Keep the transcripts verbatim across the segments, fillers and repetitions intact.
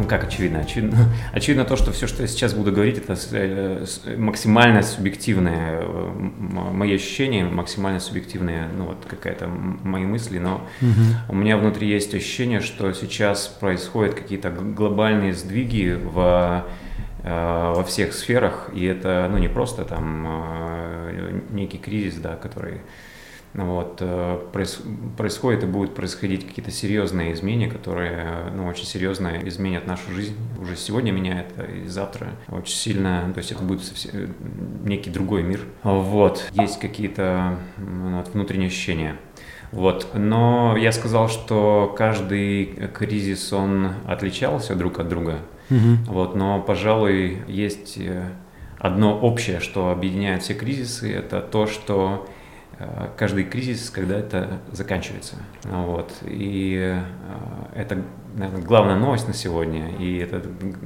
как очевидно? Очевидно, очевидно то, что все, что я сейчас буду говорить, это максимально субъективное мои ощущения, максимально субъективные, ну вот какая-то мои мысли, но угу. у меня внутри есть ощущение, что сейчас происходят какие-то глобальные сдвиги в, во всех сферах, и это, ну, не просто там некий кризис, да, который... Вот, происходит и будут происходить какие-то серьезные изменения, которые, ну, очень серьезно изменят нашу жизнь. Уже сегодня меняет, и завтра очень сильно, то есть это будет совсем некий другой мир. Вот, есть какие-то внутренние ощущения. Вот, но я сказал, что каждый кризис, он отличался друг от друга. Mm-hmm. Вот, но, пожалуй, есть одно общее, что объединяет все кризисы, это то, что каждый кризис когда-то заканчивается. Вот. И это, наверное, главная новость на сегодня. И эта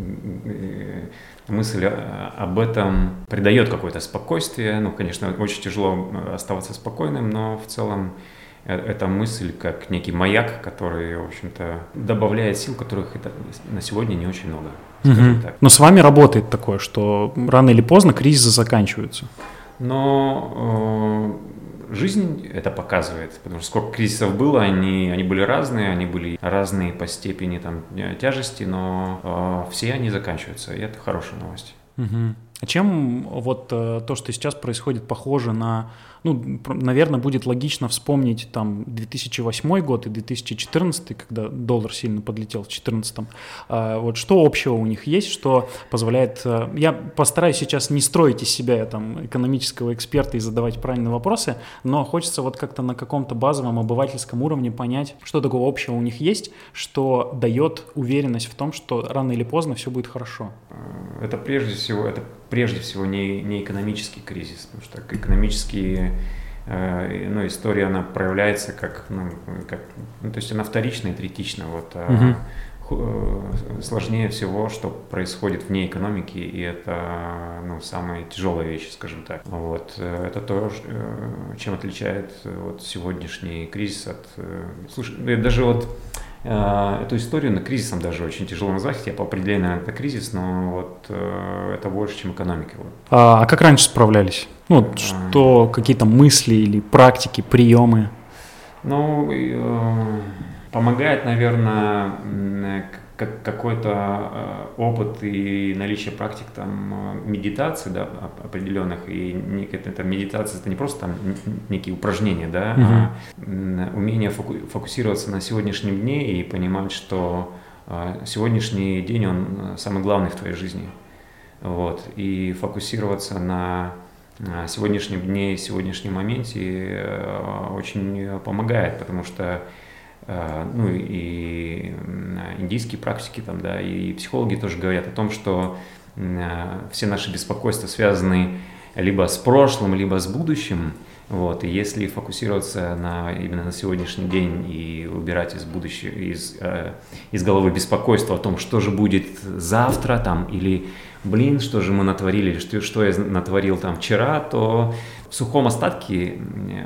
мысль об этом придает какое-то спокойствие. Ну, конечно, очень тяжело оставаться спокойным, но в целом эта мысль как некий маяк, который, в общем-то, добавляет сил, которых это на сегодня не очень много. Угу. Так. Но с вами работает такое, что рано или поздно кризисы заканчиваются. Но... Жизнь это показывает, потому что сколько кризисов было, они, они были разные, они были разные по степени там, тяжести, но э, все они заканчиваются, и это хорошая новость. Угу. А чем вот э, то, что сейчас происходит, похоже на, ну, наверное, будет логично вспомнить там две тысячи восьмой год и две тысячи четырнадцатый, когда доллар сильно подлетел в две тысячи четырнадцатом. Э, вот что общего у них есть, что позволяет... Э, я постараюсь сейчас не строить из себя там экономического эксперта и задавать правильные вопросы, но хочется вот как-то на каком-то базовом обывательском уровне понять, что такого общего у них есть, что дает уверенность в том, что рано или поздно все будет хорошо. Это прежде всего... это прежде всего не, не экономический кризис, потому что экономический, э, ну, история, она проявляется как, ну, как, ну, то есть она вторичная и третична, вот, а угу. Сложнее всего, что происходит вне экономики, и это, ну, самая тяжелая вещь, скажем так. Вот, это то, чем отличает вот сегодняшний кризис от... Слушай, даже вот эту историю на кризисом даже очень тяжело назвать, хотя по определению это кризис, но вот э, это больше, чем экономика. Вот. А, а как раньше справлялись? Ну, вот, а, что, какие-то мысли или практики, приемы? Ну, э, помогает, наверное, как, какой-то опыт и наличие практик там медитации, да, определенных, и некая это медитация, это не просто там некие упражнения, да, угу. а умение фоку- фокусироваться на сегодняшнем дне и понимать, что сегодняшний день, он самый главный в твоей жизни, вот, и фокусироваться на сегодняшнем дне и сегодняшнем моменте очень помогает, потому что ну и индийские практики там, да, и психологи тоже говорят о том, что все наши беспокойства связаны либо с прошлым, либо с будущим, вот, и если фокусироваться на, именно на сегодняшний день и убирать из будущего, из, из головы беспокойство о том, что же будет завтра там, или блин, что же мы натворили, или что, что я натворил там вчера, то в сухом остатке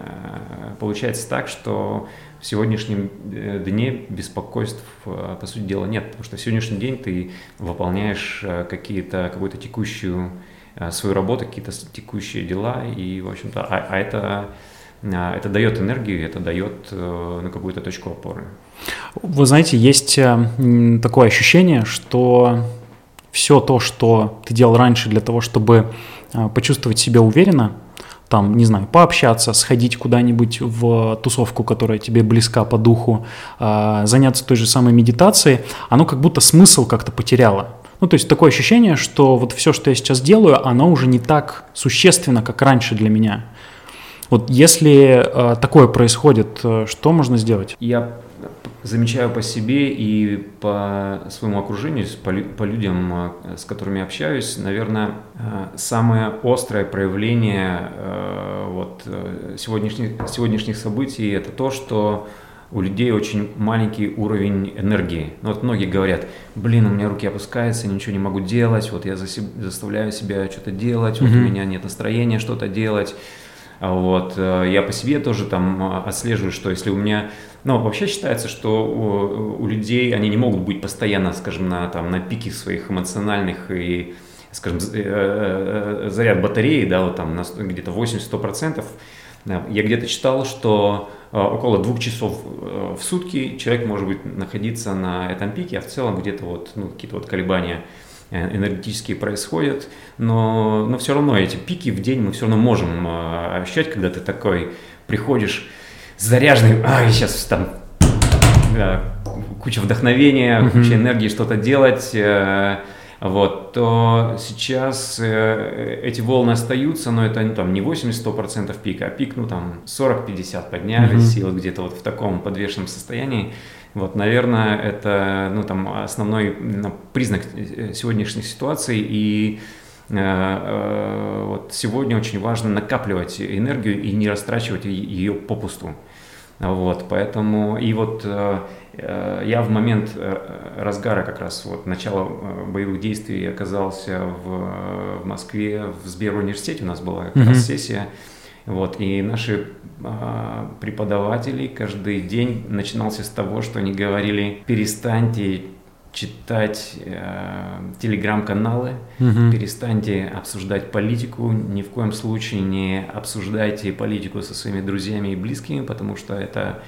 получается так, что в сегодняшнем дне беспокойств, по сути дела, нет, потому что в сегодняшний день ты выполняешь какие-то, какую-то текущую свою работу, какие-то текущие дела, и, в общем-то, а, а это, это дает энергию, это дает ну, какую-то точку опоры. Вы знаете, есть такое ощущение, что все то, что ты делал раньше для того, чтобы почувствовать себя уверенно, там, не знаю, пообщаться, сходить куда-нибудь в тусовку, которая тебе близка по духу, э, заняться той же самой медитацией, оно как будто смысл как-то потеряло. Ну, то есть такое ощущение, что вот все, что я сейчас делаю, оно уже не так существенно, как раньше для меня. Вот если э, такое происходит, что можно сделать? Я замечаю по себе и по своему окружению, по, по людям, с которыми общаюсь, наверное, самое острое проявление вот, сегодняшних, сегодняшних событий – это то, что у людей очень маленький уровень энергии. Ну, вот многие говорят: блин, у меня руки опускаются, ничего не могу делать, вот я за себя, заставляю себя что-то делать, mm-hmm. вот у меня нет настроения что-то делать. Вот. Я по себе тоже там отслеживаю, что если у меня... Ну, вообще считается, что у, у людей, они не могут быть постоянно, скажем, на, там, на пике своих эмоциональных и, скажем, заряд батареи, да, вот там где-то восемьдесят-сто процентов. Я где-то читал, что около двух часов в сутки человек может быть находиться на этом пике, а в целом где-то вот, ну, какие-то вот колебания энергетические происходят, но, но все равно эти пики в день мы все равно можем ощущать, когда ты такой приходишь заряженный, ай, сейчас там да, куча вдохновения, mm-hmm. куча энергии что-то делать, вот, то сейчас эти волны остаются, но это ну, там, не восемьдесят-сто процентов пика, а пик, ну там сорок-пятьдесят поднялись, mm-hmm. силы где-то вот в таком подвешенном состоянии. Вот, наверное, это ну, там, основной ну, признак сегодняшних ситуаций, и э, э, вот сегодня очень важно накапливать энергию и не растрачивать ее попусту. Вот, поэтому, и вот э, э, я в момент разгара как раз вот начала боевых действий оказался в, в Москве, в Сберуниверситете у нас была как mm-hmm. раз сессия. Вот, и наши а, преподаватели каждый день начинался с того, что они говорили: перестаньте читать э, телеграм-каналы, угу. перестаньте обсуждать политику, ни в коем случае не обсуждайте политику со своими друзьями и близкими, потому что это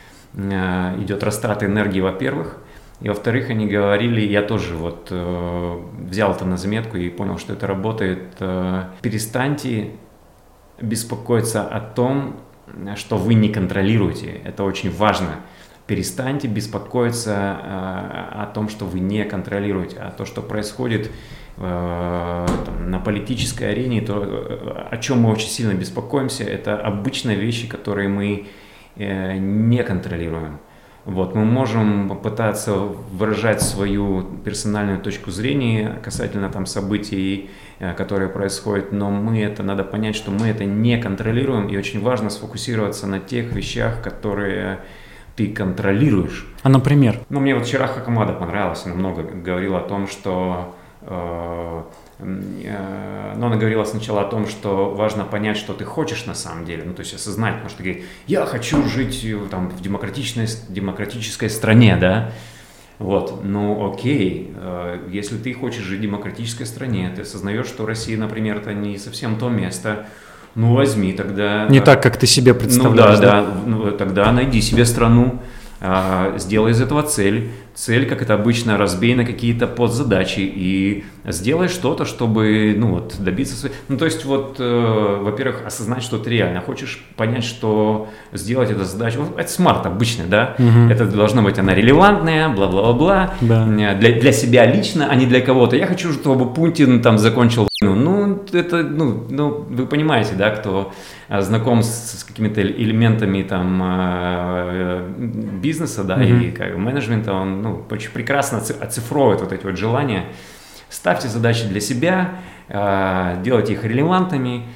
э, идет растрата энергии, во-первых. И во-вторых, они говорили, я тоже вот э, взял это на заметку и понял, что это работает, э, перестаньте беспокоиться о том, что вы не контролируете. Это очень важно. Перестаньте беспокоиться э, о том, что вы не контролируете, а то, что происходит э, там, на политической арене, то, э, о чем мы очень сильно беспокоимся, это обычные вещи, которые мы э, не контролируем. Вот, мы можем попытаться выражать свою персональную точку зрения касательно там, событий, которые происходят, но мы это, надо понять, что мы это не контролируем, и очень важно сфокусироваться на тех вещах, которые ты контролируешь. А, например? Ну, мне вот вчера Хакамада понравилась, она много говорила о том, что... Э, э, но она говорила сначала о том, что важно понять, что ты хочешь на самом деле, ну, то есть осознать, потому что ты говоришь, я хочу жить там, в демократичной, демократической стране, да, вот, ну окей, э, если ты хочешь жить в демократической стране, ты осознаешь, что Россия, например, это не совсем то место, ну возьми тогда... Не так, как ты себе представляешь. Ну да, да, ну, тогда найди себе страну, э, сделай из этого цель. Цель, как это обычно, разбей на какие-то подзадачи и сделай что-то, чтобы ну, вот, добиться своей... Ну, то есть, вот, э, во-первых, осознать, что ты реально хочешь, понять, что сделать эту задачу... Вот, это смарт обычный, да? Угу. Это должно быть она релевантная, бла-бла-бла-бла. Да. Для, для себя лично, а не для кого-то. Я хочу, чтобы Путин там закончил войну. Ну, это, ну, ну, вы понимаете, да, кто знаком с, с какими-то элементами там бизнеса, да, mm-hmm. и как, менеджмента, он ну, очень прекрасно оцифровывает вот эти вот желания. Ставьте задачи для себя, делайте их релевантными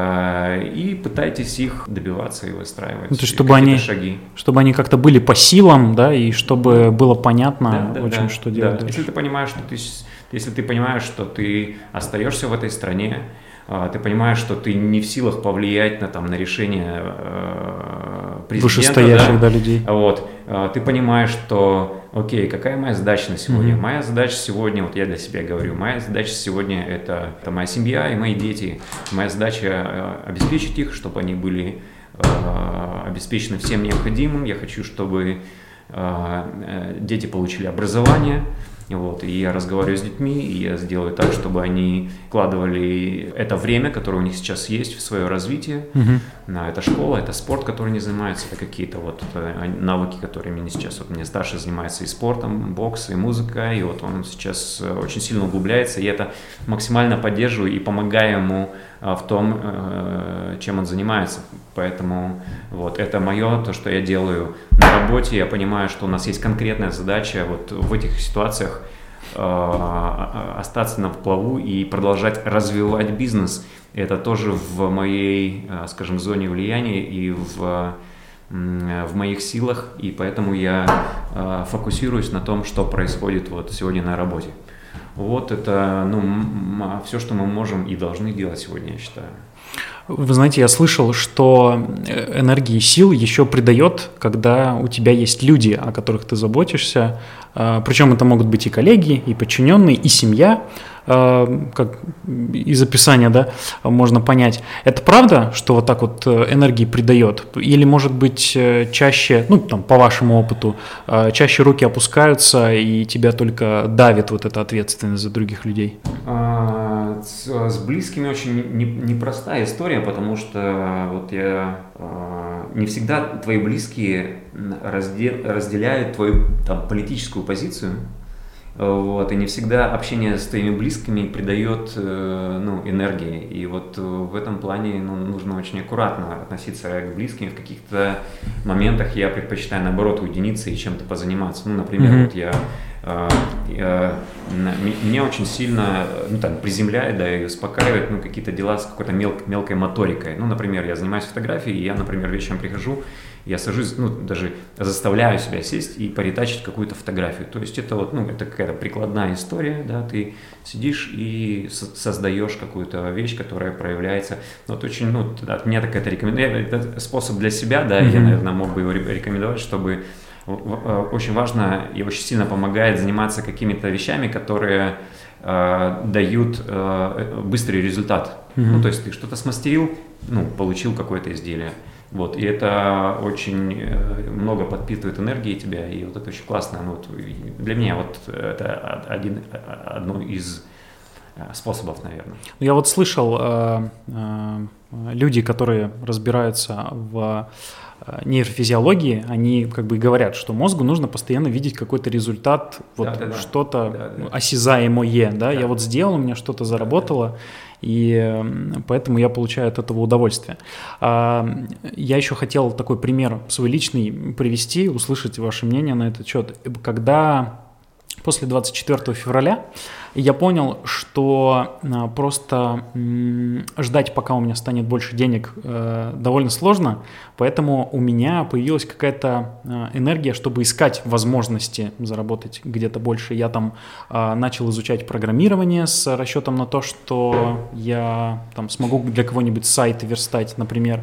и пытайтесь их добиваться и выстраивать. Ну, то есть, чтобы они, шаги. Чтобы они как-то были по силам, да, и чтобы было понятно, да, очень, да, что делать. Да. Если ты понимаешь, что ты, если ты понимаешь, что ты остаешься в этой стране, ты понимаешь, что ты не в силах повлиять на, там, на решение э, президента, вышестоящих да? Да, людей. Вот, э, ты понимаешь, что, окей, какая моя задача на сегодня? Mm-hmm. Моя задача сегодня, вот я для себя говорю, моя задача сегодня это, это моя семья и мои дети. Моя задача э, обеспечить их, чтобы они были э, обеспечены всем необходимым. Я хочу, чтобы э, дети получили образование. Вот, и я разговариваю с детьми, и я сделаю так, чтобы они вкладывали это время, которое у них сейчас есть, в свое развитие. Uh-huh. Это школа, это спорт, который они занимаются, это какие-то вот навыки, которыми они сейчас, вот мне старший занимается и спортом, бокс, и музыка, и вот он сейчас очень сильно углубляется, и это максимально поддерживаю и помогаю ему в том, чем он занимается. Поэтому вот это мое, то, что я делаю на работе. Я понимаю, что у нас есть конкретная задача вот в этих ситуациях э, остаться на плаву и продолжать развивать бизнес. Это тоже в моей, скажем, зоне влияния и в, в моих силах. И поэтому я э, фокусируюсь на том, что происходит вот сегодня на работе. Вот это ну, все, что мы можем и должны делать сегодня, я считаю. Вы знаете, я слышал, что энергии и сил еще придает, когда у тебя есть люди, о которых ты заботишься. Причем это могут быть и коллеги, и подчиненные, и семья, как из описания, да, можно понять. Это правда, что вот так вот энергии придает? Или, может быть, чаще, ну, там, по вашему опыту, чаще руки опускаются, и тебя только давит вот эта ответственность за других людей? С, с близкими очень непростая история, потому что вот я не всегда твои близкие раздел, разделяют твою там, политическую позицию, вот, и не всегда общение с твоими близкими придает ну, энергии. И вот в этом плане ну, нужно очень аккуратно относиться к близким. В каких-то моментах я предпочитаю наоборот уединиться и чем-то позаниматься. Ну, например, mm-hmm. вот я Я, меня очень сильно ну, там, приземляет, да, и успокаивает ну, какие-то дела с какой-то мел, мелкой моторикой. Ну, например, я занимаюсь фотографией, и я, например, вечером прихожу, я сажусь, ну, даже заставляю себя сесть и поретачить какую-то фотографию. То есть это вот, ну, это какая-то прикладная история, да, ты сидишь и создаешь какую-то вещь, которая проявляется. Вот очень, ну, от меня такая-то рекомендация, это способ для себя, да, mm-hmm. я, наверное, мог бы его рекомендовать, чтобы очень важно и очень сильно помогает заниматься какими-то вещами, которые э, дают э, быстрый результат. Mm-hmm. Ну, то есть ты что-то смастерил, ну, получил какое-то изделие. Вот, и это очень э, много подпитывает энергии тебя, и вот это очень классно. Ну, вот, для меня вот это один, одно из способов, наверное. Я вот слышал, э, э, люди, которые разбираются в нейрофизиологии, они как бы говорят, что мозгу нужно постоянно видеть какой-то результат, вот да, да, что-то да, да. осязаемое, да? Да. Я вот сделал, у меня что-то заработало, да, да. и поэтому я получаю от этого удовольствие. Я еще хотел такой пример свой личный привести, услышать ваше мнение на этот счет. Когда после двадцать четвёртого февраля я понял, что просто ждать, пока у меня станет больше денег, довольно сложно, поэтому у меня появилась какая-то энергия, чтобы искать возможности заработать где-то больше. Я там начал изучать программирование с расчетом на то, что я там смогу для кого-нибудь сайт верстать, например.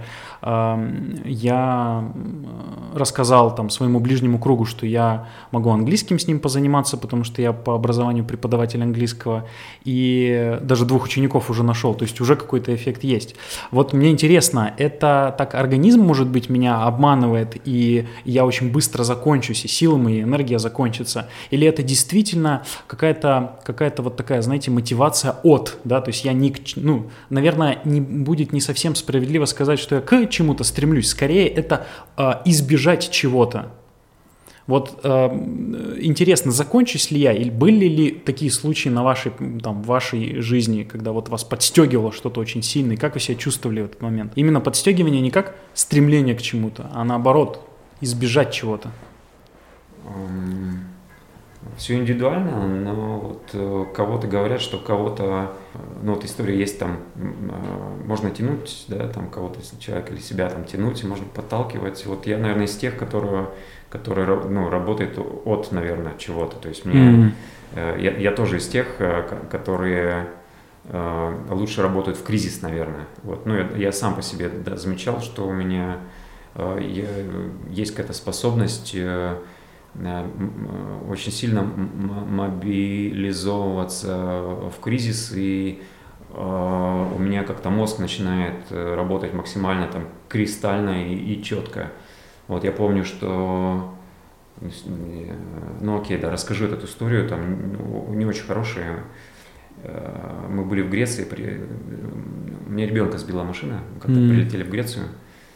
Я рассказал там своему ближнему кругу, что я могу английским с ним позаниматься, потому что я по образованию преподаватель английского, и даже двух учеников уже нашел, то есть уже какой-то эффект есть. Вот мне интересно, это так организм, может быть, меня обманывает, и я очень быстро закончусь, и силы мои, энергия закончится, или это действительно какая-то, какая-то вот такая, знаете, мотивация от, да, то есть я не, ну, наверное, не будет не совсем справедливо сказать, что я к чему-то стремлюсь, скорее это э, избежать чего-то. Вот э, интересно, закончусь ли я, или были ли такие случаи на вашей, там, вашей жизни, когда вот вас подстегивало что-то очень сильное, и как вы себя чувствовали в этот момент? Именно подстегивание не как стремление к чему-то, а наоборот, избежать чего-то. Все индивидуально, но вот кого-то говорят, что кого-то, ну вот история есть там, можно тянуть, да, там кого-то, человека или себя там тянуть, и можно подталкивать. Вот я, наверное, из тех, которые, которые ну, работают от, наверное, чего-то. То есть мне, mm-hmm. я, я тоже из тех, которые лучше работают в кризис, наверное. Вот. Ну, я, я сам по себе да, замечал, что у меня я, есть какая-то способность очень сильно мобилизовываться в кризис, и э, у меня как-то мозг начинает работать максимально там кристально и, и четко. Вот я помню, что, ну окей, да, расскажу эту историю, там не очень хорошая. Мы были в Греции, при... у меня ребенка сбила машина, как-то mm-hmm. прилетели в Грецию,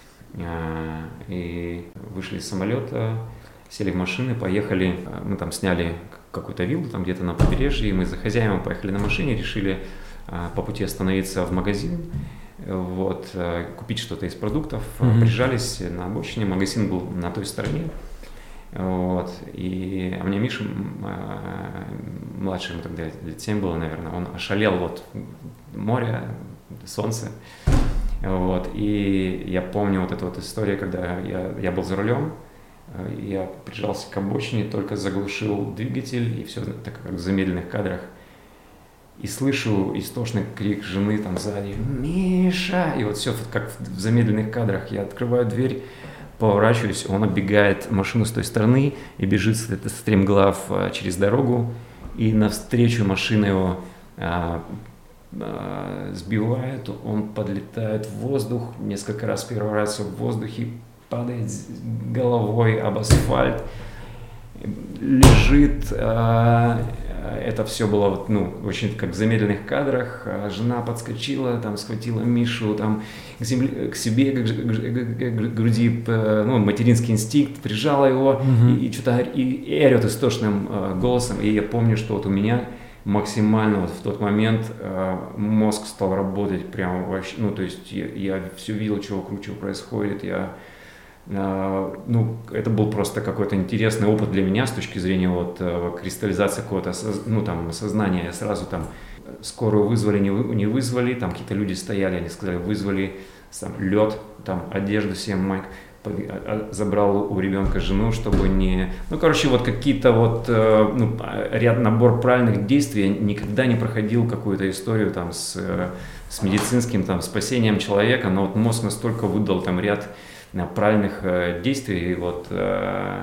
и вышли из самолета, сели в машины, поехали, мы там сняли какую-то виллу там где-то на побережье, и мы за хозяином поехали на машине, решили а, по пути остановиться в магазин, вот, а, купить что-то из продуктов, mm-hmm. прижались на обочине, магазин был на той стороне, вот, и, а мне Миша, а, младший ему тогда лет семь было, наверное, он ошалел, вот, море, солнце, вот, и я помню вот эту вот историю, когда я, я был за рулем, я прижался к обочине, только заглушил двигатель, и все так как в замедленных кадрах. и слышу истошный крик жены там сзади: «Миша!» И вот все как в замедленных кадрах. Я открываю дверь, поворачиваюсь, он оббегает машину с той стороны и бежит стремглав через дорогу, и навстречу машина его а, а, сбивает, он подлетает в воздух, несколько раз переворачивается в воздухе, падает головой об асфальт, лежит. А, это все было вот, ну, очень как в замедленных кадрах. А жена подскочила, там, схватила Мишу там, к, земле, к себе, к, к, к груди, ну, материнский инстинкт, прижала его, mm-hmm. и, и что-то и, и орет истошным э, голосом. И я помню, что вот у меня максимально вот в тот момент э, мозг стал работать прямо вообще, ну, то есть я, я все видел, чего вокруг чего происходит, я ну, это был просто какой-то интересный опыт для меня с точки зрения вот кристаллизации какого-то, ну, там, сознания. Я сразу там скорую вызвали, не, вы, не вызвали, там какие-то люди стояли, они сказали, вызвали, там, лед, там, одежду всем, майк, забрал у ребенка жену, чтобы не... Ну, короче, вот какие-то вот, ну, ряд, набор правильных действий. Я никогда не проходил какую-то историю там с, с медицинским там спасением человека, но вот мозг настолько выдал там ряд правильных э, действий, вот э,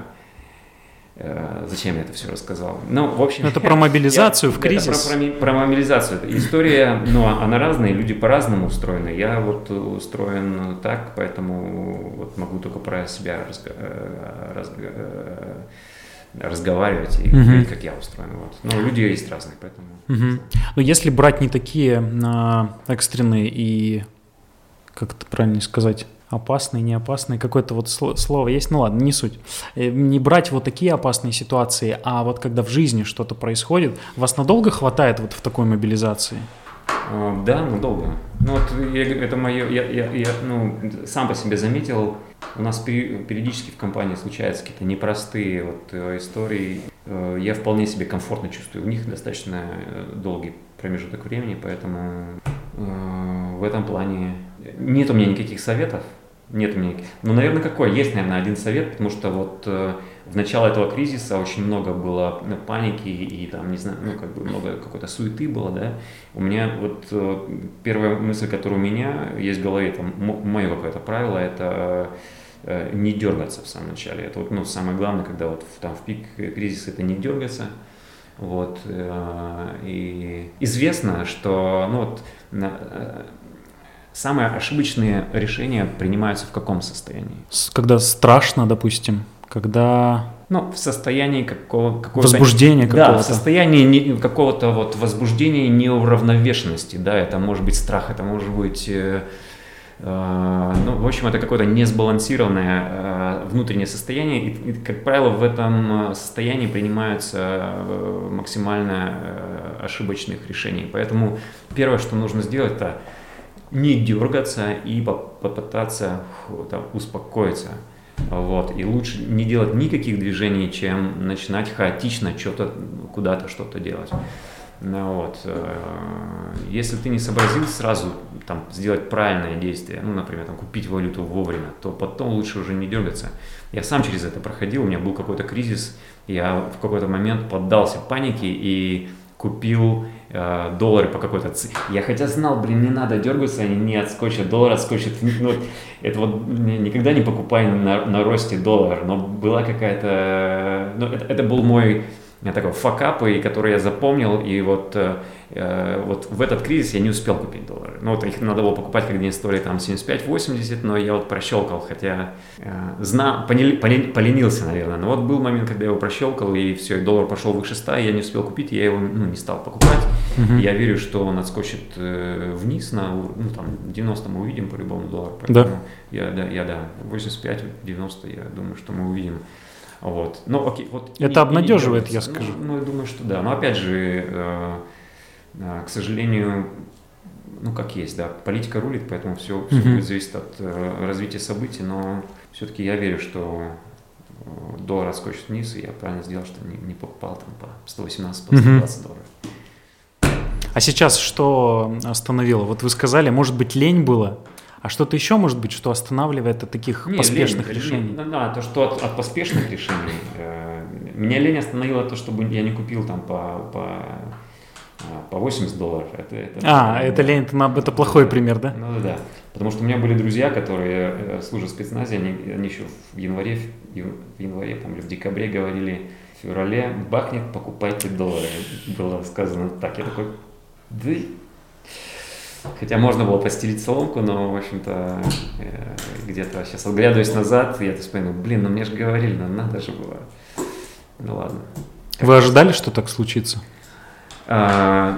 э, зачем я это все рассказал? Ну, в общем... Это про мобилизацию я, в кризис. Это про, про, про мобилизацию. История, ну, она разная, люди по-разному устроены. Я вот устроен так, поэтому вот могу только про себя разго, разго, разговаривать и говорить, uh-huh. как я устроен. Вот. Но люди есть разные, поэтому... Uh-huh. Но если брать не такие а, экстренные и, как это правильно сказать... опасный, не опасный, какое-то вот слово есть, ну ладно, не суть. Не брать вот такие опасные ситуации, а вот когда в жизни что-то происходит, вас надолго хватает вот в такой мобилизации? Да, надолго. Ну вот я, это мое, я, я, я ну, сам по себе заметил, у нас периодически в компании случаются какие-то непростые вот истории. Я вполне себе комфортно чувствую в них достаточно долгий промежуток времени, поэтому в этом плане нет у меня никаких советов. Нет у меня никаких. Ну, наверное, какой? Есть, наверное, один совет, потому что вот э, в начале этого кризиса очень много было ну, паники и там, не знаю, ну, как бы много какой-то суеты было, да. У меня вот э, первая мысль, которая у меня есть в голове, там, м- мое какое-то правило, это э, не дергаться в самом начале. Это вот, ну, самое главное, когда вот в, там в пик кризиса, это не дергаться. Вот, э, и известно, что, ну, вот, э, самые ошибочные решения принимаются в каком состоянии? Когда страшно, допустим, когда... Ну, в состоянии какого, какого-то... Возбуждения какого-то. Да, в состоянии не, какого-то вот возбуждения неуравновешенности, да, это может быть страх, это может быть... Э, э, ну, в общем, это какое-то несбалансированное э, внутреннее состояние, и, и, как правило, в этом состоянии принимаются э, максимально э, ошибочных решений. Поэтому первое, что нужно сделать, это не дергаться и попытаться там, успокоиться. Вот. И лучше не делать никаких движений, чем начинать хаотично что-то, куда-то что-то делать. Ну, вот. Если ты не сообразил сразу там, сделать правильное действие, ну, например, там, купить валюту вовремя, то потом лучше уже не дергаться. Я сам через это проходил, у меня был какой-то кризис, я в какой-то момент поддался панике и купил э, доллары по какой-то цене. Я хотя знал, блин, не надо дергаться, они не отскочат, доллар отскочит. Ну, это вот никогда не покупай на, на росте доллар, но была какая-то... Ну, это, это был мой такой факап, и который я запомнил, и вот, э, вот в этот кризис я не успел купить доллары. Ну, вот их надо было покупать, когда они стоили там семьдесят пять восемьдесят, но я вот прощелкал, хотя э, зна, поли, поли, поленился, наверное. Но вот был момент, когда я его прощелкал, и все, и доллар пошел выше ста, и я не успел купить, и я его ну, не стал покупать. Uh-huh. Я верю, что он отскочит э, вниз, на, ну, там, девяносто мы увидим по-любому доллар. Поэтому да. Я, да, я, да, восемьдесят пять девяносто, я думаю, что мы увидим. Вот. Ну, окей, вот, это и, обнадеживает, и я скажу. Ну, ну, я думаю, что да. Но опять же, э, э, к сожалению, ну, как есть, да, политика рулит, поэтому все, все uh-huh. будет зависеть от э, развития событий, но все-таки я верю, что э, доллар отскочит вниз, и я правильно сделал, что не, не покупал там по сто восемнадцать - по сто двадцать uh-huh. долларов. А сейчас что остановило? Вот вы сказали, может быть, лень было? А что-то еще может быть, что останавливает от таких не, поспешных лень, решений? Лень, да, то, что от, от поспешных решений. Э, меня лень остановила то, чтобы я не купил там по, по по восемьдесят долларов. Это, это, а, это, лень, это, это плохой пример, да? Ну да, потому что у меня были друзья, которые служат в спецназе, они, они еще в январе, в январе там, или в декабре говорили, в феврале бахнет, покупайте доллары. Было сказано так, я такой, да... Хотя можно было постелить соломку, но, в общем-то, где-то сейчас оглядываясь назад, я вспомнил, блин, ну мне же говорили, ну надо же было. Ну ладно. Вы ожидали, что так случится? А,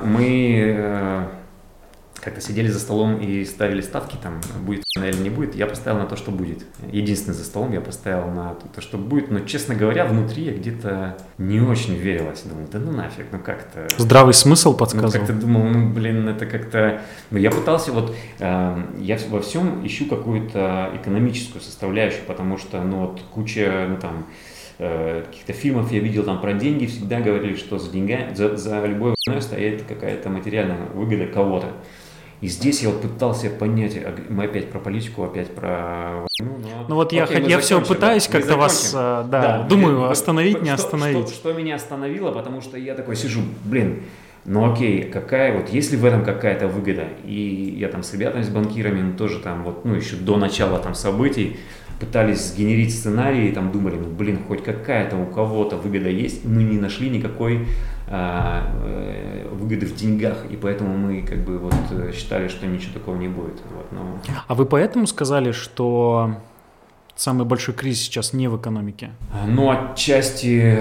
мы как-то сидели за столом и ставили ставки, там, будет она или не будет. Я поставил на то, что будет. Единственный за столом я поставил на то, что будет. Но, честно говоря, внутри я где-то не очень верилась. Думал, да ну нафиг, ну как-то... Здравый смысл подсказывал? Ну, как-то думал, ну блин, это как-то... Ну, я пытался вот... Э, я во всем ищу какую-то экономическую составляющую, потому что, ну вот, куча, ну там... каких-то фильмов я видел там про деньги, всегда говорили, что за деньгами, за, за любой войной стоит какая-то материальная выгода кого-то. И здесь я вот пытался понять, мы опять про политику, опять про войну. Но... Ну вот окей, я, я все пытаюсь да. как-то вас, да, да, думаю, где, остановить, не что, остановить. Что, что меня остановило, потому что я такой сижу, блин, ну окей, какая вот, есть ли в этом какая-то выгода? И я там с ребятами, с банкирами, ну, тоже там вот, ну еще до начала там событий, пытались сгенерить сценарии, там думали, ну блин, хоть какая-то у кого-то выгода есть, мы не нашли никакой а, э, выгоды в деньгах, и поэтому мы как бы вот считали, что ничего такого не будет. Вот, но... А вы поэтому сказали, что самый большой кризис сейчас не в экономике? Ну, отчасти,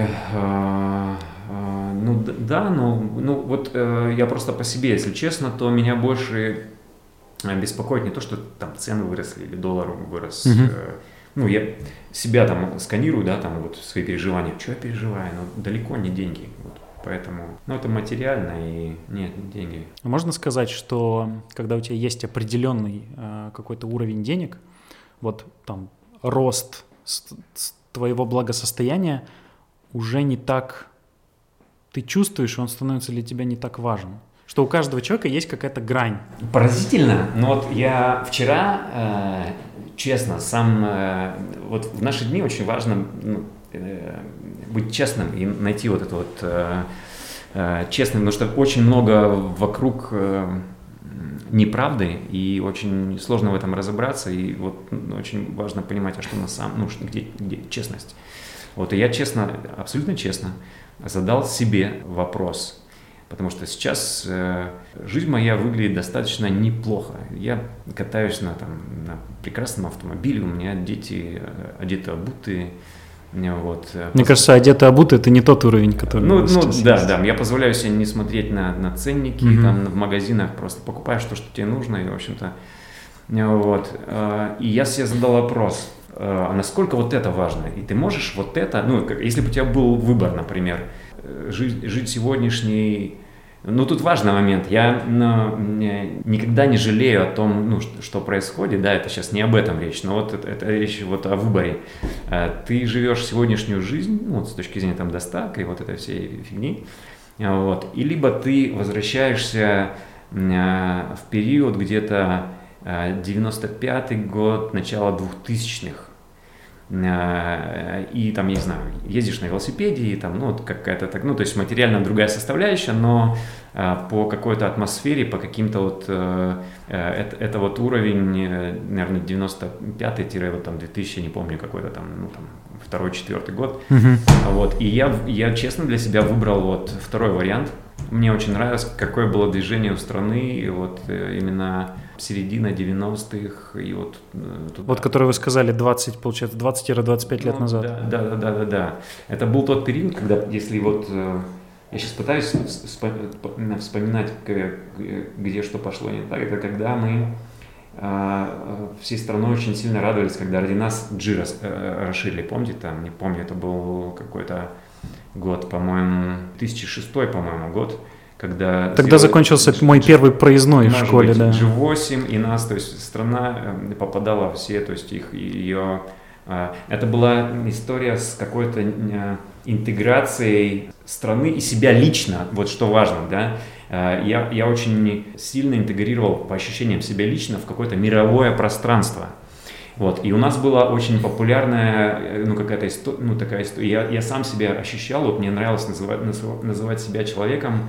а, а, ну да, но ну, вот а, я просто по себе, если честно, то меня больше... беспокоит не то, что там цены выросли или доллар вырос. Uh-huh. Ну, я себя там сканирую, да, там вот свои переживания. Что я переживаю? Ну, далеко не деньги. Вот, поэтому, ну, это материально и нет, не деньги. Можно сказать, что когда у тебя есть определенный э, какой-то уровень денег, вот там рост с, с твоего благосостояния уже не так ты чувствуешь, он становится для тебя не так важен. Что у каждого человека есть какая-то грань. Поразительно, но вот я вчера, э, честно, сам, э, вот в наши дни очень важно ну, э, быть честным и найти вот это вот э, э, честным, потому что очень много вокруг э, неправды, и очень сложно в этом разобраться, и вот ну, очень важно понимать, а что на самом, ну, где, где честность. Вот, и я честно, абсолютно честно задал себе вопрос. Потому что сейчас э, жизнь моя выглядит достаточно неплохо. Я катаюсь на, там, на прекрасном автомобиле, у меня дети э, одеты, обуты. Вот. Мне Пос... кажется, одеты, обуты – это не тот уровень, который ну, ну сейчас да, есть. Да, я позволяю себе не смотреть на, на ценники, mm-hmm. там, в магазинах, просто покупаешь то, что тебе нужно, и, в общем-то, вот. И я себе задал вопрос, а насколько вот это важно? И ты можешь вот это, ну, если бы у тебя был выбор, например, Жить, жить сегодняшний... Ну, тут важный момент. Я ну, никогда не жалею о том, ну, что, что происходит. Да, это сейчас не об этом речь, но вот это, это речь вот о выборе. Ты живешь сегодняшнюю жизнь, ну, вот с точки зрения там доставки и вот этой всей фигни, вот, и либо ты возвращаешься в период где-то девяносто пятый год, начало двухтысячных, и там, я не знаю, ездишь на велосипеде, и там, ну, вот какая-то так, ну, то есть материально другая составляющая, но а, по какой-то атмосфере, по каким-то вот, а, это, это вот уровень, наверное, девяносто пятый вот там две тысячи, не помню, какой-то там, ну, там, второй, четвертый год, uh-huh. вот, и я, я честно для себя выбрал вот второй вариант. Мне очень нравилось, какое было движение у страны, и вот именно середина девяностых, и вот туда. Вот, который вы сказали, двадцать, получается, двадцать-двадцать пять ну, лет назад. Да, да, да, да, да, да. Это был тот период, когда, если вот, я сейчас пытаюсь вспоминать, где что пошло не так, это когда мы всей страной очень сильно радовались, когда ордена джи расширили, помните, там, не помню, это был какой-то год, по-моему, две тысячи шестой, по-моему, год, когда... Тогда закончился G- мой первый проездной в школе, быть, да. джи восемь и нас, то есть страна попадала все, то есть их, ее... Это была история с какой-то интеграцией страны и себя лично, вот что важно, да. Я, я очень сильно интегрировал по ощущениям себя лично в какое-то мировое пространство. Вот, и у нас была очень популярная, ну, какая-то история, ну, такая история. Я, я сам себя ощущал, вот мне нравилось называть, называть себя человеком,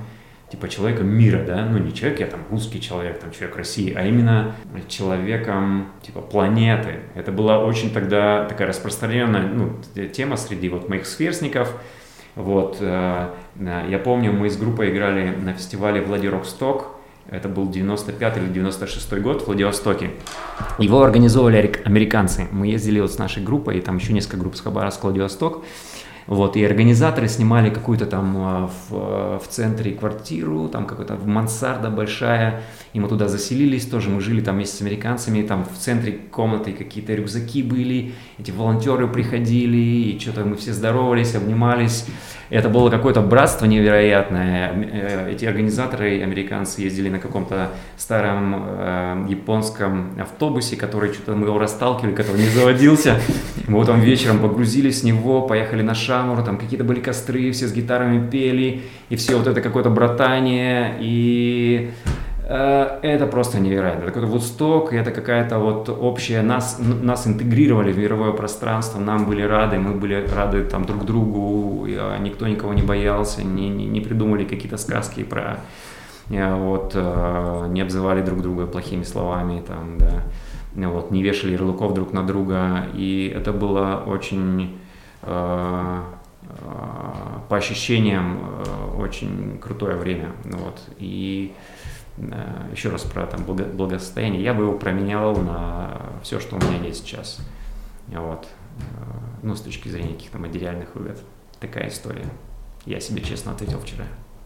типа человеком мира, да, ну не человек, я там русский человек, там человек России, а именно человеком типа планеты. Это была очень тогда такая распространенная, ну, тема среди вот моих сверстников. Вот, э, я помню, мы с группой играли на фестивале Владивосток. Это был девяносто пятый или девяносто шестой год в Владивостоке. Его организовывали американцы. Мы ездили вот с нашей группой, и там еще несколько групп с Хабаровска, Владивосток. Вот, и организаторы снимали какую-то там в, в центре квартиру, там какая-то мансарда большая, и мы туда заселились тоже, мы жили там вместе с американцами, там в центре комнаты какие-то рюкзаки были, эти волонтеры приходили, и что-то мы все здоровались, обнимались. Это было какое-то братство невероятное. Эти организаторы, американцы, ездили на каком-то старом э, японском автобусе, который что-то мы его расталкивали, который не заводился. Мы вот там вечером погрузились с него, поехали на Шамур, там какие-то были костры, все с гитарами пели, и все вот это какое-то братание, и э, это просто невероятно. Это какой-то Вудсток, это какая-то вот общая, нас, нас интегрировали в мировое пространство, нам были рады, мы были рады там друг другу, никто никого не боялся, не, не, не придумали какие-то сказки про, вот, э, не обзывали друг друга плохими словами, там, да. Вот, не вешали ярлыков друг на друга, и это было очень, э, э, по ощущениям, э, очень крутое время. Вот. И э, еще раз про там, благо, благосостояние, я бы его променял на все, что у меня есть сейчас. Вот. Ну, с точки зрения каких-то материальных выгод. Такая история. Я себе честно ответил вчера.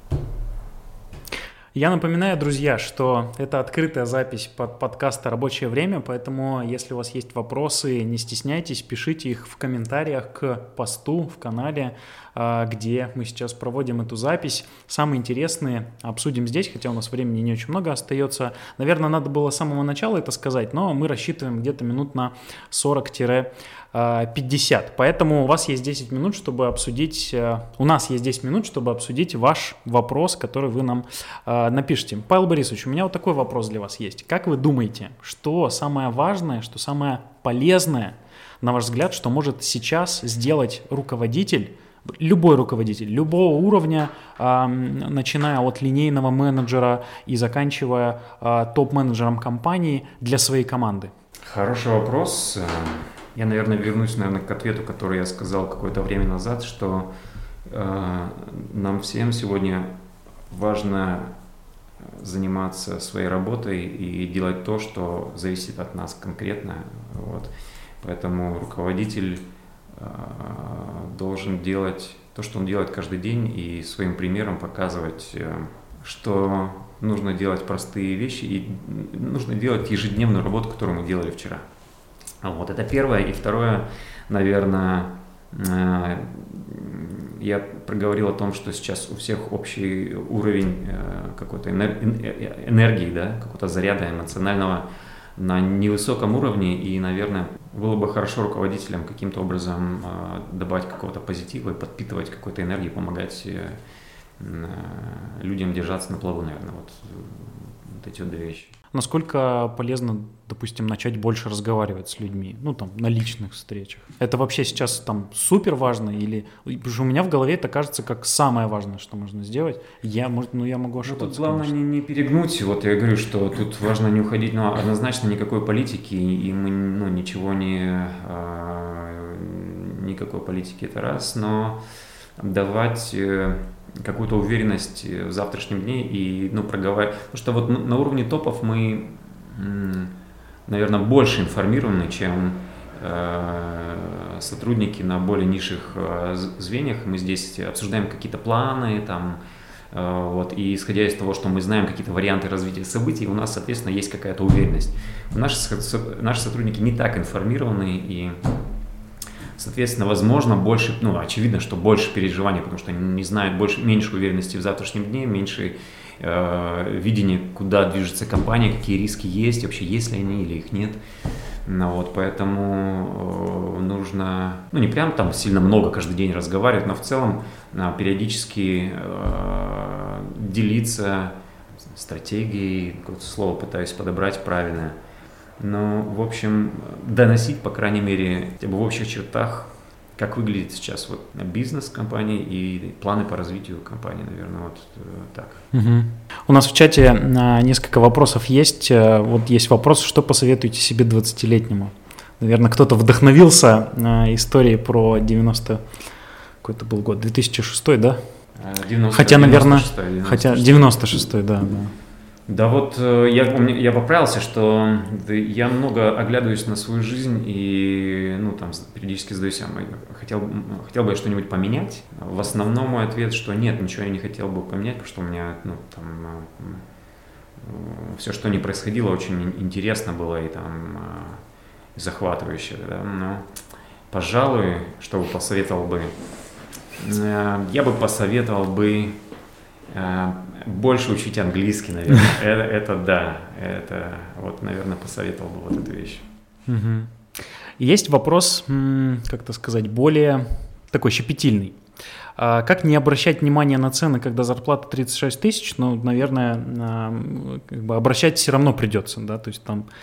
Я напоминаю, друзья, что это открытая запись под подкаста «Рабочее время», поэтому если у вас есть вопросы, не стесняйтесь, пишите их в комментариях к посту в канале, где мы сейчас проводим эту запись. Самые интересные обсудим здесь, хотя у нас времени не очень много остается. Наверное, надо было с самого начала это сказать, но мы рассчитываем где-то минут на сорок-пятьдесят. Поэтому у вас есть десять минут, чтобы обсудить, у нас есть десять минут, чтобы обсудить ваш вопрос, который вы нам напишите. Павел Борисович, у меня вот такой вопрос для вас есть. Как вы думаете, что самое важное, что самое полезное, на ваш взгляд, что может сейчас сделать руководитель, любой руководитель, любого уровня, э, начиная от линейного менеджера и заканчивая э, топ-менеджером компании для своей команды? Хороший вопрос. Я, наверное, вернусь, наверное, к ответу, который я сказал какое-то время назад, что э, нам всем сегодня важно заниматься своей работой и делать то, что зависит от нас конкретно. Вот. Поэтому руководитель э, должен делать то, что он делает каждый день, и своим примером показывать, э, что нужно делать простые вещи и нужно делать ежедневную работу, которую мы делали вчера. Вот, это первое. И второе, наверное, э, я проговорил о том, что сейчас у всех общий уровень э, какой-то энергии, да, какого-то заряда эмоционального на невысоком уровне, и, наверное, было бы хорошо руководителям каким-то образом э, добавить какого-то позитива и подпитывать какой-то энергией, помогать э, э, людям держаться на плаву, наверное, вот, вот эти вот две вещи. Насколько полезно, допустим, начать больше разговаривать с людьми, ну, там, на личных встречах? Это вообще сейчас там супер важно или... Потому что у меня в голове это кажется как самое важное, что можно сделать. Я, может, ну, я могу ошибаться. Ну, тут главное не, не перегнуть. Вот я говорю, что тут важно не уходить, но однозначно никакой политики, и мы, ну, ничего не... А, никакой политики, это раз, но давать... какую-то уверенность в завтрашнем дне и, ну, проговаривать. Потому что вот на уровне топов мы, наверное, больше информированы, чем э, сотрудники на более низших э, звеньях. Мы здесь обсуждаем какие-то планы, там, э, вот, и исходя из того, что мы знаем какие-то варианты развития событий, у нас, соответственно, есть какая-то уверенность. Наши, наши сотрудники не так информированы, и соответственно, возможно, больше, ну, очевидно, что больше переживаний, потому что они не знают, больше, меньше уверенности в завтрашнем дне, меньше э, видения, куда движется компания, какие риски есть, вообще есть ли они или их нет. Ну, вот, поэтому э, нужно, ну, не прям там сильно много каждый день разговаривать, но в целом э, периодически э, делиться стратегией, какое-то слово пытаюсь подобрать правильное. Но, в общем, доносить, по крайней мере, хотя бы в общих чертах как выглядит сейчас вот бизнес компании и планы по развитию компании, наверное, вот так. Угу. У нас в чате несколько вопросов есть. Вот есть вопрос, что посоветуете себе двадцатилетнему? Наверное, кто-то вдохновился историей про девяносто... Какой-то был год, две тысячи шестой, да? девяносто, хотя, наверное, девяносто шестой, девяносто хотя шестой. девяносто шестой, да, да. Да вот я, я поправился, что я много оглядываюсь на свою жизнь и, ну, там, периодически задаюсь, а хотел, хотел бы я что-нибудь поменять. В основном мой ответ, что нет, ничего я не хотел бы поменять, потому что у меня, ну, там, все, что не происходило, очень интересно было и там захватывающе, да, но, пожалуй, что бы посоветовал бы, я бы посоветовал бы больше учить английский, наверное. это, это да, это вот, наверное, посоветовал бы вот эту вещь. Угу. Есть вопрос, как-то сказать, более такой щепетильный. А как не обращать внимания на цены, когда зарплата тридцать шесть тысяч? Ну, наверное, как бы обращать все равно придется, да, то есть там.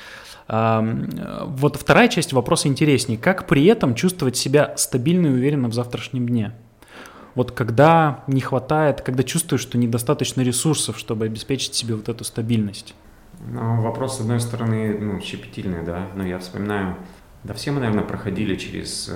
Вот вторая часть вопроса интереснее. Как при этом чувствовать себя стабильно и уверенно в завтрашнем дне? Вот когда не хватает, когда чувствуешь, что недостаточно ресурсов, чтобы обеспечить себе вот эту стабильность? Ну, вопрос, с одной стороны, ну, щепетильный, да, но я вспоминаю, да все мы, наверное, проходили через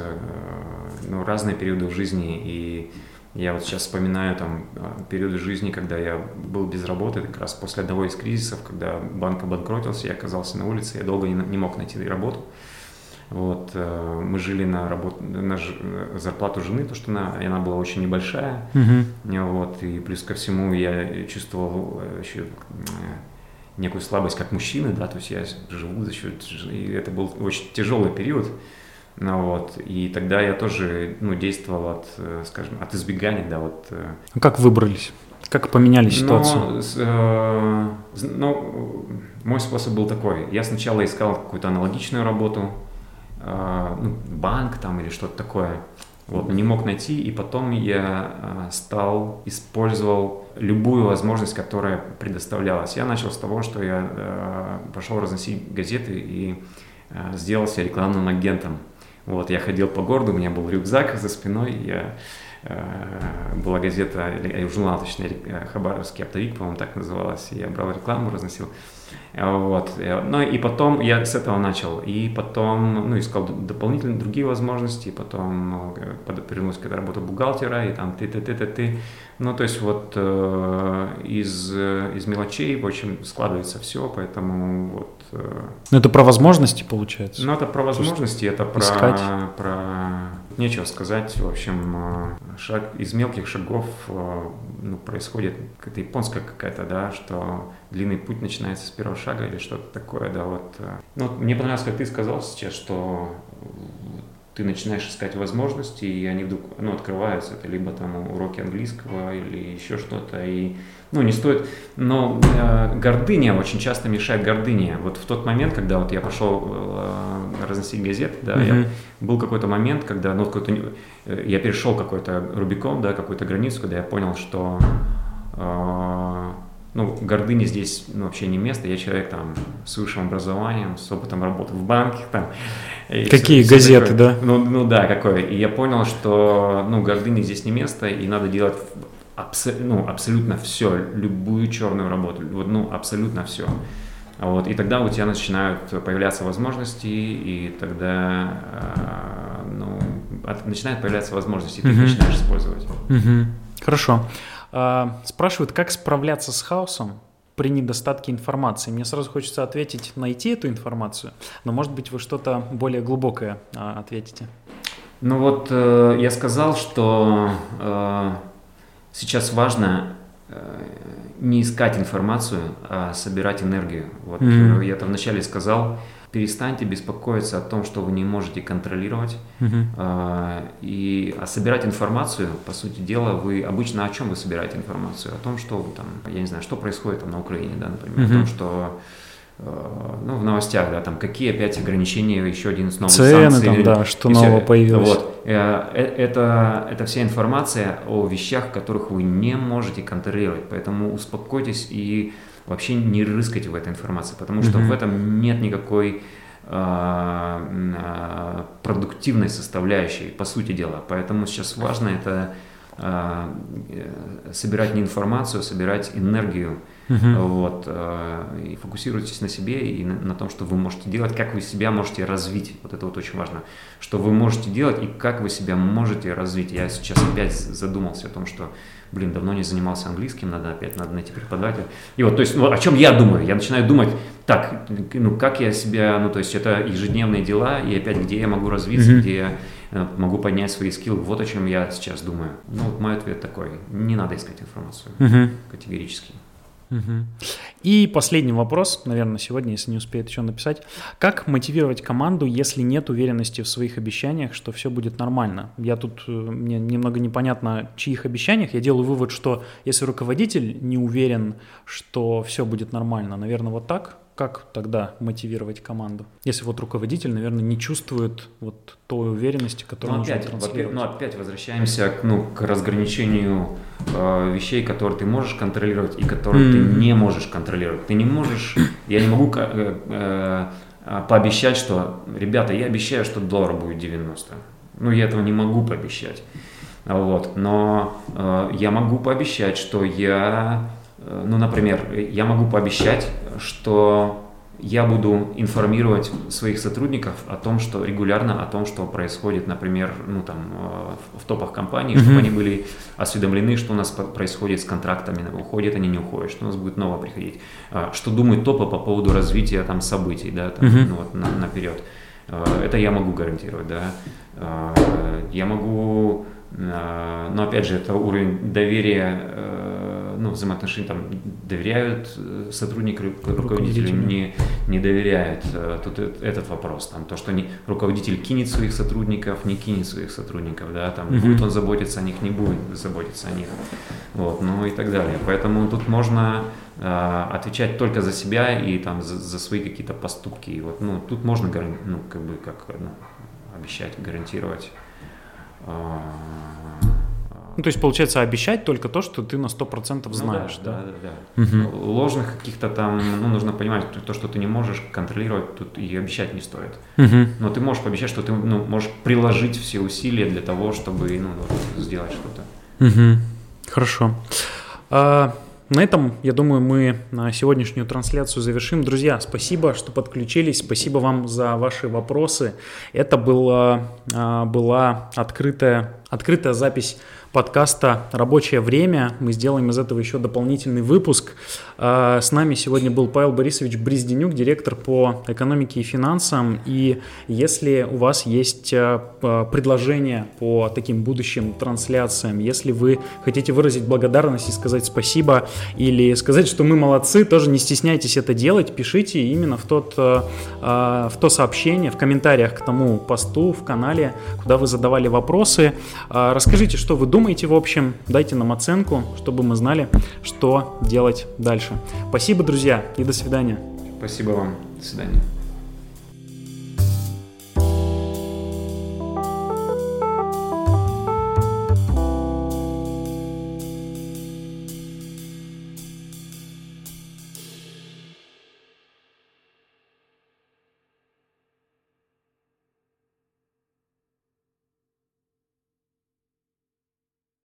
ну, разные периоды в жизни, и я вот сейчас вспоминаю там периоды жизни, когда я был без работы, как раз после одного из кризисов, когда банк обанкротился, я оказался на улице, я долго не, не мог найти работу. Вот, мы жили на, работу, на зарплату жены, то, что она, она была очень небольшая, uh-huh. вот, и плюс ко всему я чувствовал еще некую слабость как мужчина, да, то есть я живу за счет жены, и это был очень тяжелый период, ну, вот, и тогда я тоже, ну, действовал от, скажем, от избегания, да, вот. А как выбрались? Как поменяли ситуацию? Но, э, ну, мой способ был такой, я сначала искал какую-то аналогичную работу, ну, банк там или что-то такое, вот, но не мог найти, и потом я стал, использовал любую возможность, которая предоставлялась. Я начал с того, что я э, пошел разносить газеты и э, сделался рекламным агентом. Вот, я ходил по городу, у меня был рюкзак за спиной, я, э, была газета, или журнал, точнее, Хабаровский оптовик, по-моему, так называлась, и я брал рекламу, разносил. Вот. Ну и потом я с этого начал, и потом, ну, искал дополнительные другие возможности, и потом вернулся, когда работал бухгалтера, и там ты-ты-ты-ты-ты. Ну, то есть вот э, из, из мелочей, в общем, складывается все, поэтому вот... Э, ну, это про возможности, получается? Ну, это про возможности, это про, про... Нечего сказать, в общем, шаг, из мелких шагов ну, происходит какая-то японская какая-то, да, что длинный путь начинается с первого шага или что-то такое, да, вот. Ну, мне понравилось, как ты сказал сейчас, что ты начинаешь искать возможности, и они вдруг, ну, открываются, это либо там уроки английского или еще что-то, и, ну, не стоит, но э, гордыня очень часто мешает гордыне. Вот в тот момент, когда вот я пошел э, разносить газеты, да, mm-hmm. я, был какой-то момент, когда, ну, какой-то, э, я перешел какой-то Рубикон, да, какую-то границу, когда я понял, что э, ну, гордыне здесь, ну, вообще не место. Я человек там с высшим образованием, с опытом работы в банке. Там, Какие все, газеты, все да? Ну, ну да, какое. И я понял, что ну, гордыне здесь не место, и надо делать абсо- ну, абсолютно все, любую черную работу. Вот, ну, абсолютно все. Вот, и тогда у тебя начинают появляться возможности, и тогда э, ну, от, начинают появляться возможности, и ты их uh-huh. начинаешь использовать. Uh-huh. Хорошо. Спрашивают, как справляться с хаосом при недостатке информации. Мне сразу хочется ответить, найти эту информацию, но, может быть, вы что-то более глубокое а, ответите. Ну вот э, я сказал, что э, сейчас важно э, не искать информацию, а собирать энергию. Вот mm-hmm. я там вначале сказал, перестаньте беспокоиться о том, что вы не можете контролировать. Uh-huh. А, и, а собирать информацию, по сути дела, вы обычно о чем вы собираете информацию? О том, что там, я не знаю, что происходит там на Украине, да, например, uh-huh. о том, что ну, в новостях, да, там, какие опять ограничения, еще один из новых Цены, санкций. Там, да, что нового все, появилось. Вот. Это, это вся информация о вещах, которых вы не можете контролировать, поэтому успокойтесь и вообще не рыскайте в этой информации, потому что mm-hmm. в этом нет никакой э, э, продуктивной составляющей, по сути дела. Поэтому сейчас важно это собирать не информацию, а собирать энергию. Uh-huh. Вот, и фокусируйтесь на себе и на, на том, что вы можете делать, как вы себя можете развить. Вот это вот очень важно. Что вы можете делать и как вы себя можете развить. Я сейчас опять задумался о том, что, блин, давно не занимался английским, надо опять надо найти преподавателя. И вот, то есть, ну, о чем я думаю? Я начинаю думать, так, ну, как я себя, ну, то есть, это ежедневные дела, и опять, где я могу развиться, uh-huh. где я могу поднять свои скиллы. Вот о чем я сейчас думаю. Ну, вот мой ответ такой. Не надо искать информацию. Uh-huh. Категорически. И последний вопрос, наверное, сегодня, если не успеет еще написать. Как мотивировать команду, если нет уверенности в своих обещаниях, что все будет нормально? Я тут, мне немного непонятно, в чьих обещаниях. Я делаю вывод, что если руководитель не уверен, что все будет нормально, наверное, вот так. Как тогда мотивировать команду? Если вот руководитель, наверное, не чувствует вот той уверенности, которую нужно транслировать. Ну, опять возвращаемся к, ну, к разграничению э, вещей, которые ты можешь контролировать и которые mm-hmm. ты не можешь контролировать. Ты не можешь, я не могу э, э, пообещать, что, ребята, я обещаю, что доллар будет девяносто. Ну, я этого не могу пообещать. Вот. Но э, я могу пообещать, что я... Ну, например, я могу пообещать, что я буду информировать своих сотрудников о том, что регулярно о том, что происходит, например, ну, там, в топах компании, mm-hmm. чтобы они были осведомлены, что у нас происходит с контрактами, уходят они, не уходят, что у нас будет новое приходить, что думают топы по поводу развития там, событий, да, там, mm-hmm. ну, вот, на, наперед. Это я могу гарантировать, да. Я могу, но опять же, это уровень доверия, ну, взаимоотношения, там, доверяют сотруднику, руководителю, не, не доверяют. Тут этот вопрос, там, то, что не, руководитель кинет своих сотрудников, не кинет своих сотрудников, да, там, mm-hmm. будет он заботиться о них, не будет заботиться о них, вот, ну и так далее. Поэтому тут можно э, отвечать только за себя и там за, за свои какие-то поступки. И вот, ну, тут можно, ну, как бы, как, ну, обещать, гарантировать. Э, Ну, то есть, получается, обещать только то, что ты на сто процентов знаешь, ну, да? Да, да, да. да. Угу. Ложных каких-то там, ну, нужно понимать, то, что ты не можешь контролировать, тут и обещать не стоит. Угу. Но ты можешь пообещать, что ты, ну, можешь приложить все усилия для того, чтобы, ну, вот, сделать что-то. Угу. Хорошо. А, на этом, я думаю, мы сегодняшнюю трансляцию завершим. Друзья, спасибо, что подключились, спасибо вам за ваши вопросы. Это была, была открытая, открытая запись подкаста «Рабочее время». Мы сделаем из этого еще дополнительный выпуск. С нами сегодня был Павел Борисович Брезденюк, директор по экономике и финансам. И если у вас есть предложения по таким будущим трансляциям, если вы хотите выразить благодарность и сказать спасибо, или сказать, что мы молодцы, тоже не стесняйтесь это делать, пишите именно в, тот, в то сообщение, в комментариях к тому посту в канале, куда вы задавали вопросы. Расскажите, что вы думаете. Думаете, в общем, дайте нам оценку, чтобы мы знали, что делать дальше. Спасибо, друзья, и до свидания. Спасибо вам. До свидания.